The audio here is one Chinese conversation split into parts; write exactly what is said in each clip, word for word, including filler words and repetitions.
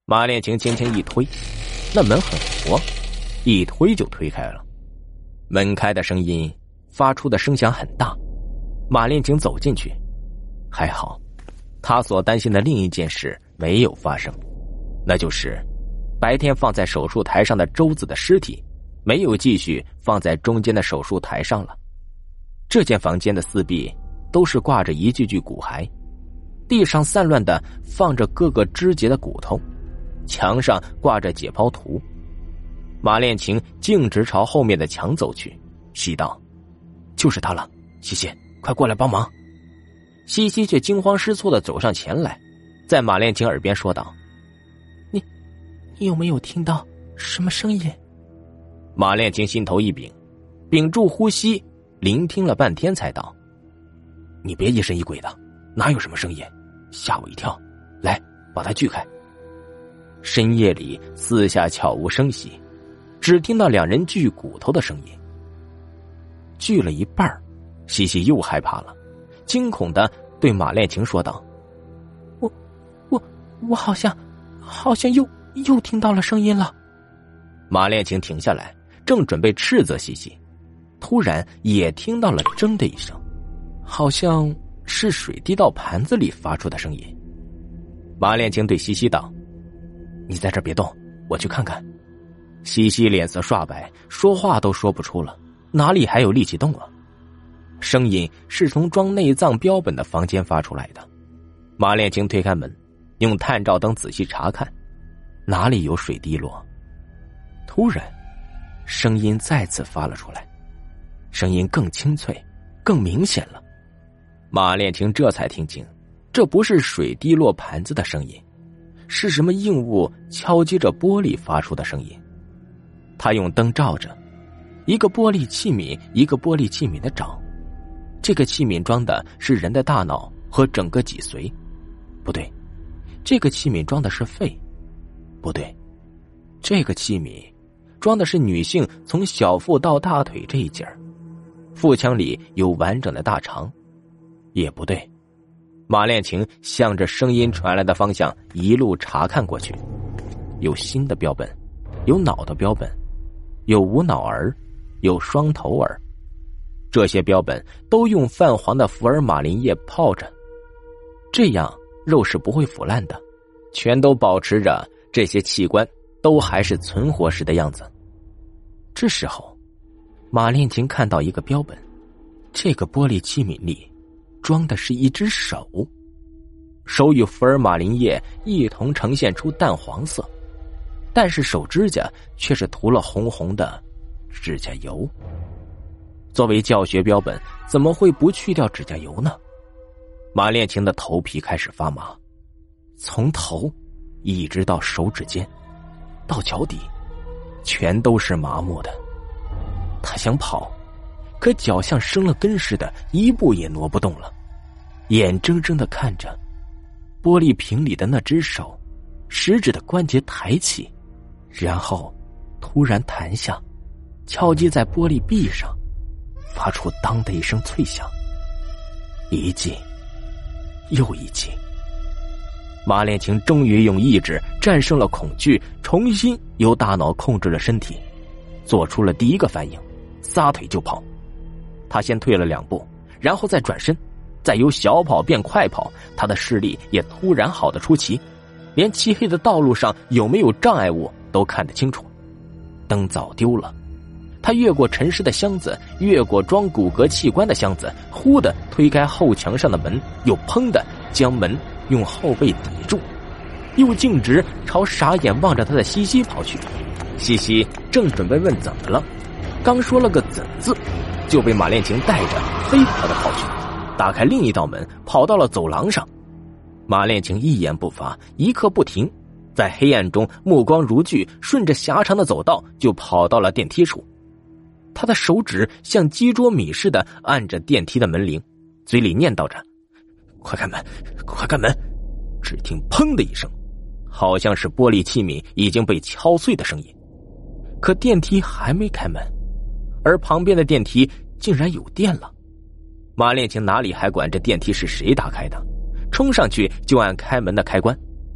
马恋情轻轻一推，那门很活，一推就推开了。门开的声音发出的声响很大，马恋情走进去，还好他所担心的另一件事没有发生，那就是白天放在手术台上的周子的尸体没有继续放在中间的手术台上了。这间房间的四壁都是挂着一具具骨骸，地上散乱的放着各个肢节的骨头，墙上挂着解剖图。马恋情径直朝后面的墙走去，细道：就是他了，西西，快过来帮忙。西西却惊慌失措地走上前来，在马恋情耳边说道：你你有没有听到什么声音？马恋情心头一屏，屏住呼吸，聆听了半天才道：你别疑神疑鬼的，哪有什么声音，吓我一跳，来把它锯开。深夜里四下悄无声息，只听到两人锯骨头的声音。锯了一半，西西又害怕了，惊恐地对马恋情说道：我我我好像好像又又听到了声音了。马恋情停下来，正准备斥责西西，突然也听到了铮的一声，好像是水滴到盘子里发出的声音。马恋情对西西道：你在这别动，我去看看。西西脸色刷白，说话都说不出了，哪里还有力气动啊？声音是从装内脏标本的房间发出来的。马恋情推开门，用探照灯仔细查看，哪里有水滴落。突然声音再次发了出来，声音更清脆更明显了。马恋情这才听清，这不是水滴落盘子的声音，是什么硬物敲击着玻璃发出的声音。他用灯照着，一个玻璃器皿一个玻璃器皿的找，这个器皿装的是人的大脑和整个脊髓，不对，这个器皿装的是肺，不对，这个器皿装的是女性从小腹到大腿这一截儿，腹腔里有完整的大肠，也不对。马恋情向着声音传来的方向一路查看过去，有心的标本，有脑的标本，有无脑儿，有双头儿，这些标本都用泛黄的福尔马林液泡着，这样肉是不会腐烂的，全都保持着这些器官都还是存活时的样子。这时候马恋情看到一个标本，这个玻璃器皿里装的是一只手，手与福尔马林液一同呈现出淡黄色，但是手指甲却是涂了红红的指甲油。作为教学标本，怎么会不去掉指甲油呢？马恋情的头皮开始发麻，从头一直到手指尖到脚底全都是麻木的。他想跑，可脚像生了根似的，一步也挪不动了，眼睁睁地看着玻璃瓶里的那只手食指的关节抬起，然后突然弹下，敲击在玻璃壁上，发出当的一声脆响，一记又一记。马恋情终于用意志战胜了恐惧，重新由大脑控制了身体，做出了第一个反应，撒腿就跑。他先退了两步，然后再转身，再由小跑变快跑，他的视力也突然好得出奇，连漆黑的道路上有没有障碍物都看得清楚。灯早丢了，他越过陈尸的箱子，越过装骨骼器官的箱子，忽地推开后墙上的门，又砰地将门用后背抵住，又径直朝傻眼望着他的西西跑去。西西正准备问怎么了，刚说了个怎字，就被马恋情带着飞跑的跑去，打开另一道门，跑到了走廊上。马恋情一言不发，一刻不停，在黑暗中目光如炬，顺着狭长的走道就跑到了电梯处。他的手指像击捉米似的按着电梯的门铃，嘴里念叨着：快开门，快开门。只听砰的一声，好像是玻璃器皿已经被敲碎的声音。可电梯还没开门，而旁边的电梯竟然有电了。马恋情哪里还管这电梯是谁打开的，冲上去就按开门的开关。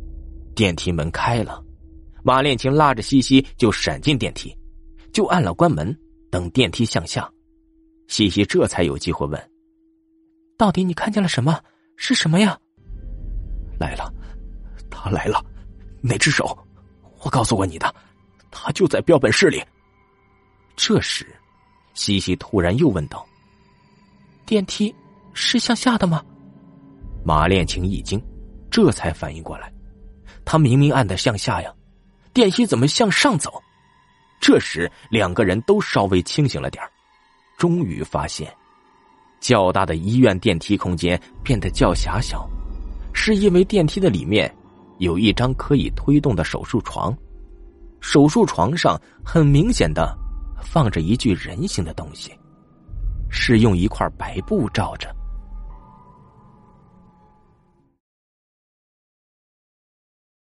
电梯门开了，马恋情拉着西西就闪进电梯，就按了关门，等电梯向下。西西这才有机会问：到底你看见了什么？是什么呀？ 来了，他来了，那只手，我告诉过你的，他就在标本室里。 这时西西突然又问道：电梯是向下的吗？马恋情一惊，这才反应过来，他明明按的向下呀，电梯怎么向上走？这时两个人都稍微清醒了点，终于发现较大的医院电梯空间变得较狭小，是因为电梯的里面有一张可以推动的手术床，手术床上很明显的放着一具人形的东西，是用一块白布罩着。